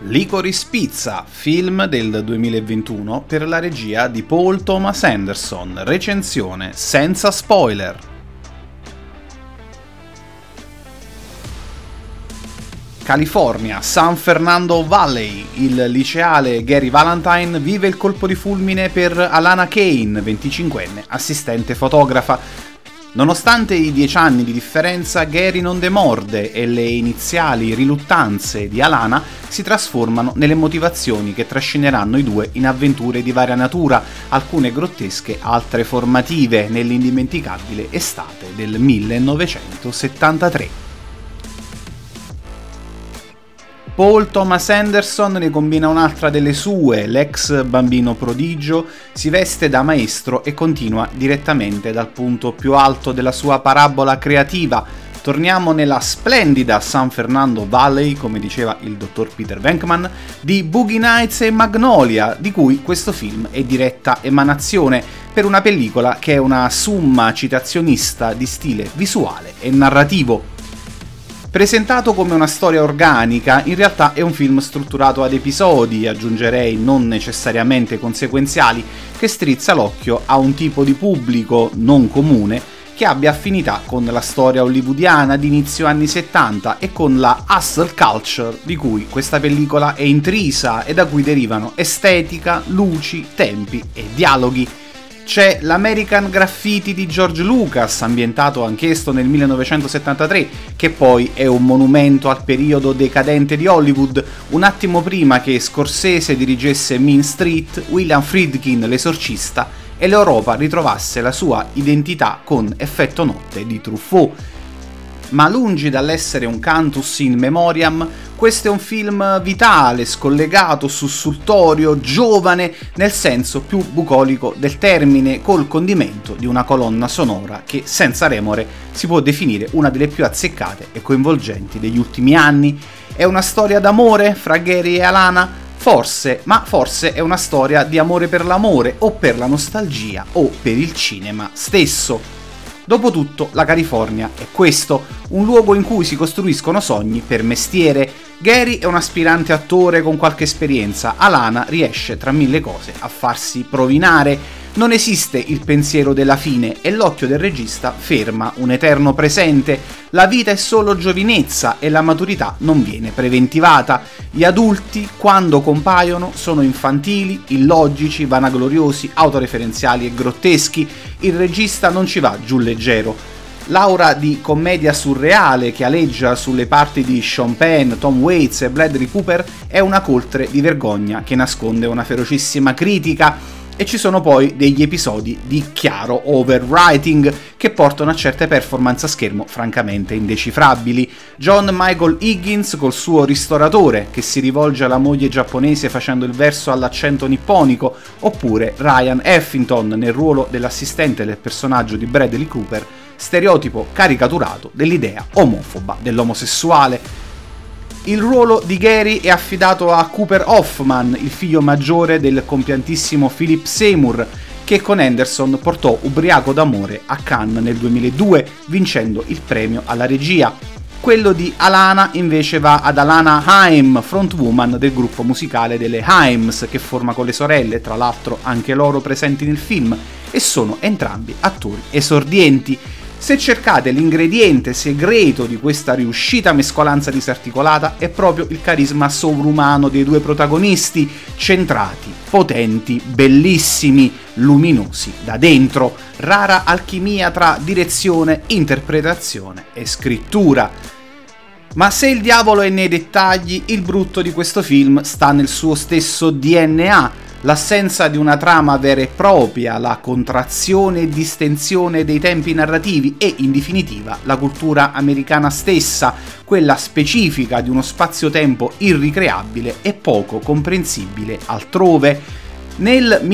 Licorice Pizza, film del 2021 per la regia di Paul Thomas Anderson, recensione senza spoiler. California, San Fernando Valley, il liceale Gary Valentine vive il colpo di fulmine per Alana Kane, 25enne, assistente fotografa. Nonostante i 10 anni di differenza, Gary non demorde e le iniziali riluttanze di Alana si trasformano nelle motivazioni che trascineranno i due in avventure di varia natura, alcune grottesche, altre formative, nell'indimenticabile estate del 1973. Paul Thomas Anderson ne combina un'altra delle sue, l'ex bambino prodigio, si veste da maestro e continua direttamente dal punto più alto della sua parabola creativa. Torniamo nella splendida San Fernando Valley, come diceva il dottor Peter Venkman, di Boogie Nights e Magnolia, di cui questo film è diretta emanazione, per una pellicola che è una summa citazionista di stile visuale e narrativo. Presentato come una storia organica, in realtà è un film strutturato ad episodi, aggiungerei non necessariamente conseguenziali, che strizza l'occhio a un tipo di pubblico non comune che abbia affinità con la storia hollywoodiana di inizio anni 70 e con la hustle culture di cui questa pellicola è intrisa e da cui derivano estetica, luci, tempi e dialoghi. C'è l'American Graffiti di George Lucas, ambientato anch'esto nel 1973, che poi è un monumento al periodo decadente di Hollywood. Un attimo prima che Scorsese dirigesse Mean Street, William Friedkin l'esorcista e l'Europa ritrovasse la sua identità con Effetto Notte di Truffaut. Ma lungi dall'essere un cantus in memoriam, questo è un film vitale, scollegato, sussultorio, giovane, nel senso più bucolico del termine, col condimento di una colonna sonora che, senza remore, si può definire una delle più azzeccate e coinvolgenti degli ultimi anni. È una storia d'amore fra Gary e Alana? Forse, ma forse è una storia di amore per l'amore, o per la nostalgia, o per il cinema stesso. Dopotutto, la California è questo, un luogo in cui si costruiscono sogni per mestiere. Gary è un aspirante attore con qualche esperienza, Alana riesce tra mille cose a farsi provinare. Non esiste il pensiero della fine e l'occhio del regista ferma un eterno presente. La vita è solo giovinezza e la maturità non viene preventivata. Gli adulti, quando compaiono, sono infantili, illogici, vanagloriosi, autoreferenziali e grotteschi. Il regista non ci va giù leggero. L'aura di commedia surreale che aleggia sulle parti di Sean Penn, Tom Waits e Bradley Cooper è una coltre di vergogna che nasconde una ferocissima critica. E ci sono poi degli episodi di chiaro overwriting che portano a certe performance a schermo francamente indecifrabili. John Michael Higgins col suo ristoratore che si rivolge alla moglie giapponese facendo il verso all'accento nipponico, oppure Ryan Effington nel ruolo dell'assistente del personaggio di Bradley Cooper, stereotipo caricaturato dell'idea omofoba dell'omosessuale. Il ruolo di Gary è affidato a Cooper Hoffman, il figlio maggiore del compiantissimo Philip Seymour, che con Anderson portò Ubriaco d'amore a Cannes nel 2002, vincendo il premio alla regia. Quello di Alana invece va ad Alana Haim, frontwoman del gruppo musicale delle Haims, che forma con le sorelle, tra l'altro anche loro presenti nel film, e sono entrambi attori esordienti. Se cercate l'ingrediente segreto di questa riuscita mescolanza disarticolata è proprio il carisma sovrumano dei due protagonisti, centrati, potenti, bellissimi, luminosi da dentro, rara alchimia tra direzione, interpretazione e scrittura. Ma se il diavolo è nei dettagli, il brutto di questo film sta nel suo stesso DNA. L'assenza di una trama vera e propria, la contrazione e distensione dei tempi narrativi e, in definitiva, la cultura americana stessa, quella specifica di uno spazio-tempo irricreabile e poco comprensibile altrove. Nel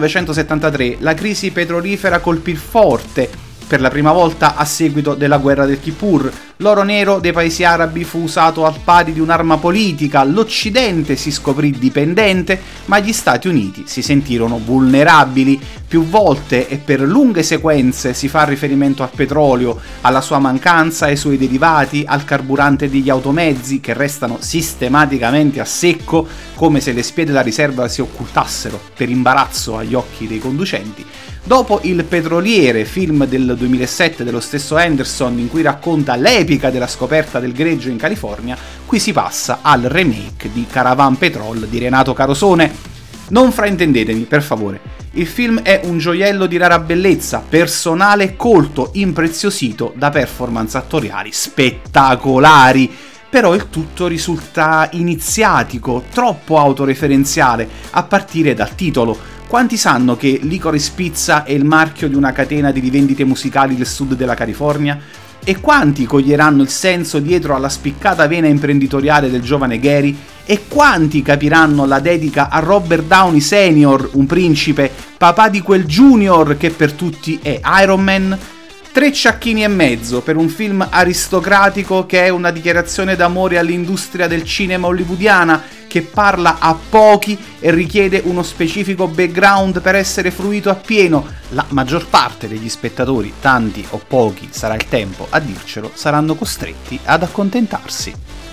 1973 la crisi petrolifera colpì forte, per la prima volta a seguito della guerra del Kippur. L'oro nero dei paesi arabi fu usato al pari di un'arma politica, l'Occidente si scoprì dipendente, ma gli Stati Uniti si sentirono vulnerabili. Più volte e per lunghe sequenze si fa riferimento al petrolio, alla sua mancanza, ai suoi derivati, al carburante degli automezzi che restano sistematicamente a secco, come se le spie della riserva si occultassero per imbarazzo agli occhi dei conducenti. Dopo Il Petroliere, film del 2007 dello stesso Anderson in cui racconta l'epica della scoperta del greggio in California, qui si passa al remake di Caravan Petrol di Renato Carosone. Non fraintendetemi, per favore. Il film è un gioiello di rara bellezza, personale, colto, impreziosito da performance attoriali spettacolari. Però il tutto risulta iniziatico, troppo autoreferenziale, a partire dal titolo. Quanti sanno che Licorice Pizza è il marchio di una catena di rivendite musicali del sud della California? E quanti coglieranno il senso dietro alla spiccata vena imprenditoriale del giovane Gary? E quanti capiranno la dedica a Robert Downey Sr., un principe, papà di quel Junior che per tutti è Iron Man? 3 ciacchini e mezzo per un film aristocratico che è una dichiarazione d'amore all'industria del cinema hollywoodiana, che parla a pochi e richiede uno specifico background per essere fruito appieno. La maggior parte degli spettatori, tanti o pochi sarà il tempo a dircelo, saranno costretti ad accontentarsi.